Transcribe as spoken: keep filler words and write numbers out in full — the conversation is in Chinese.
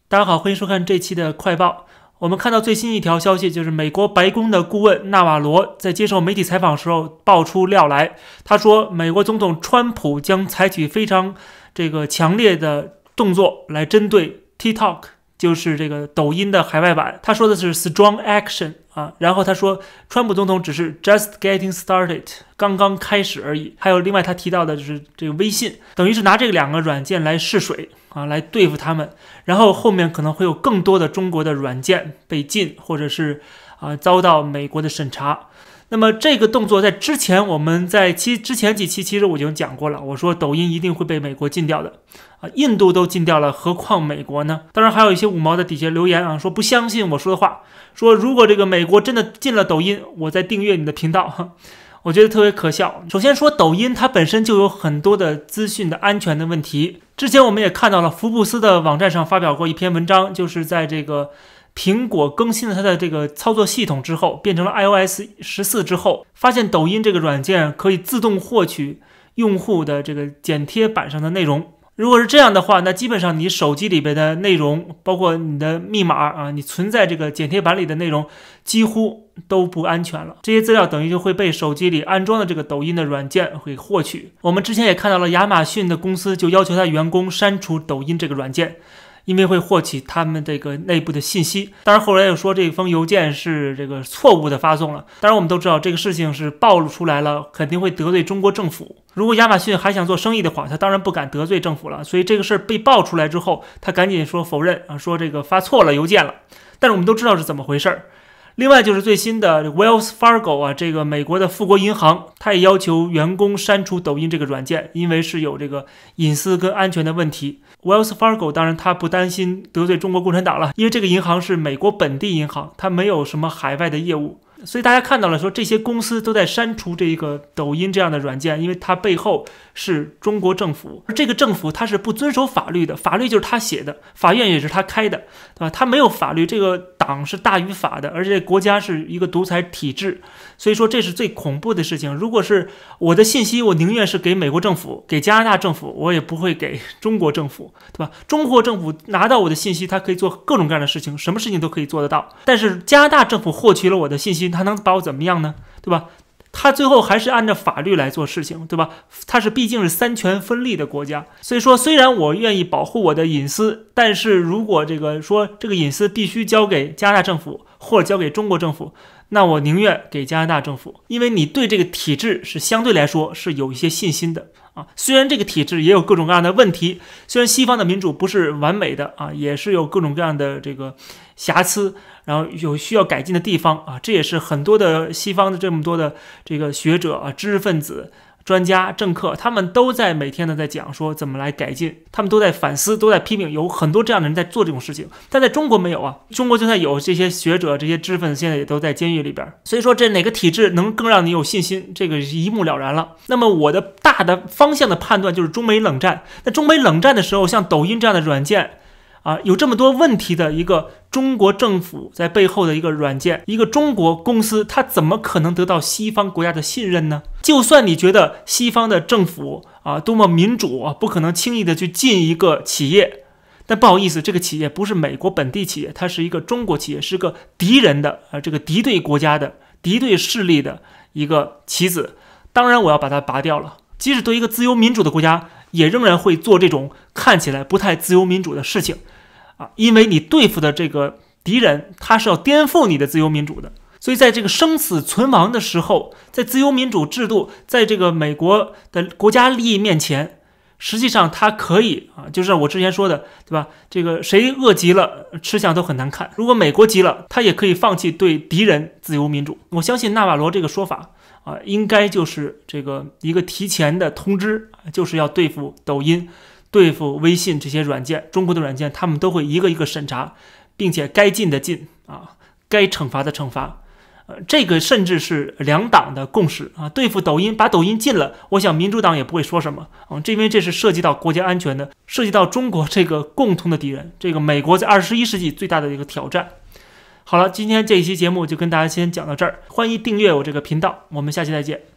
大家好，欢迎收看这期的快报。我们看到最新一条消息，就是美国白宫的顾问纳瓦罗在接受媒体采访的时候爆出料来，他说美国总统川普将采取非常这个强烈的动作来针对 TikTok， 就是这个抖音的海外版。他说的是 strong action 啊，然后他说川普总统只是 just getting started， 刚刚开始而已。还有另外他提到的就是这个微信，等于是拿这两个软件来试水啊，来对付他们，然后后面可能会有更多的中国的软件被禁，或者是啊遭到美国的审查。那么这个动作在之前我们在期之前几期其实我已经讲过了，我说抖音一定会被美国禁掉的啊，印度都禁掉了，何况美国呢？当然还有一些五毛的底下留言啊，说不相信我说的话，说如果这个美国真的禁了抖音，我再订阅你的频道。我觉得特别可笑。首先说抖音它本身就有很多的资讯的安全的问题。之前我们也看到了福布斯的网站上发表过一篇文章，就是在这个苹果更新了它的这个操作系统之后，变成了 i O S 十四之后，发现抖音这个软件可以自动获取用户的这个剪贴板上的内容。如果是这样的话，那基本上你手机里边的内容，包括你的密码啊，你存在这个剪贴板里的内容，几乎都不安全了。这些资料等于就会被手机里安装的这个抖音的软件会获取。我们之前也看到了亚马逊的公司就要求他员工删除抖音这个软件，因为会获取他们这个内部的信息。当然后来又说这封邮件是这个错误的发送了。当然我们都知道这个事情是暴露出来了，肯定会得罪中国政府。如果亚马逊还想做生意的话，他当然不敢得罪政府了。所以这个事儿被爆出来之后，他赶紧说否认啊，说这个发错了邮件了。但是我们都知道是怎么回事儿。另外就是最新的 Wells Fargo 啊，这个美国的富国银行，他也要求员工删除抖音这个软件，因为是有这个隐私跟安全的问题。Wells Fargo 当然他不担心得罪中国共产党了，因为这个银行是美国本地银行，它没有什么海外的业务。所以大家看到了说这些公司都在删除这个抖音这样的软件，因为它背后是中国政府。这个政府它是不遵守法律的，法律就是他写的，法院也是他开的，对吧？他没有法律，这个党是大于法的，而且国家是一个独裁体制。所以说这是最恐怖的事情。如果是我的信息，我宁愿是给美国政府，给加拿大政府，我也不会给中国政府，对吧？中国政府拿到我的信息，他可以做各种各样的事情，什么事情都可以做得到。但是加拿大政府获取了我的信息，他能把我怎么样呢？对吧？他最后还是按照法律来做事情，对吧？他是毕竟是三权分立的国家。所以说虽然我愿意保护我的隐私，但是如果这个说这个隐私必须交给加拿大政府或者交给中国政府，那我宁愿给加拿大政府，因为你对这个体制是相对来说是有一些信心的啊。虽然这个体制也有各种各样的问题，虽然西方的民主不是完美的啊，也是有各种各样的这个瑕疵，然后有需要改进的地方啊。这也是很多的西方的这么多的这个学者啊、知识分子、专家、政客，他们都在每天的在讲说怎么来改进，他们都在反思，都在批评，有很多这样的人在做这种事情。但在中国没有啊，中国就算有这些学者、这些知识分子，现在也都在监狱里边。所以说这哪个体制能更让你有信心，这个一目了然了。那么我的大的方向的判断就是中美冷战。那中美冷战的时候，像抖音这样的软件啊，有这么多问题的一个中国政府在背后的一个软件，一个中国公司，它怎么可能得到西方国家的信任呢？就算你觉得西方的政府啊多么民主啊，不可能轻易的去禁一个企业，但不好意思，这个企业不是美国本地企业，它是一个中国企业，是个敌人的啊这个敌对国家的敌对势力的一个棋子，当然我要把它拔掉了。即使对一个自由民主的国家，也仍然会做这种看起来不太自由民主的事情啊，因为你对付的这个敌人，他是要颠覆你的自由民主的。所以在这个生死存亡的时候，在自由民主制度，在这个美国的国家利益面前，实际上它可以啊，就是我之前说的，对吧？这个谁饿极了，吃相都很难看。如果美国急了，他也可以放弃对敌人自由民主。我相信纳瓦罗这个说法啊，应该就是这个一个提前的通知，就是要对付抖音、对付微信这些软件，中国的软件他们都会一个一个审查，并且该禁的禁啊，该惩罚的惩罚。呃，这个甚至是两党的共识啊，对付抖音，把抖音禁了，我想民主党也不会说什么啊，这因为这是涉及到国家安全的，涉及到中国这个共同的敌人，这个美国在二十一世纪最大的一个挑战。好了，今天这一期节目就跟大家先讲到这儿，欢迎订阅我这个频道，我们下期再见。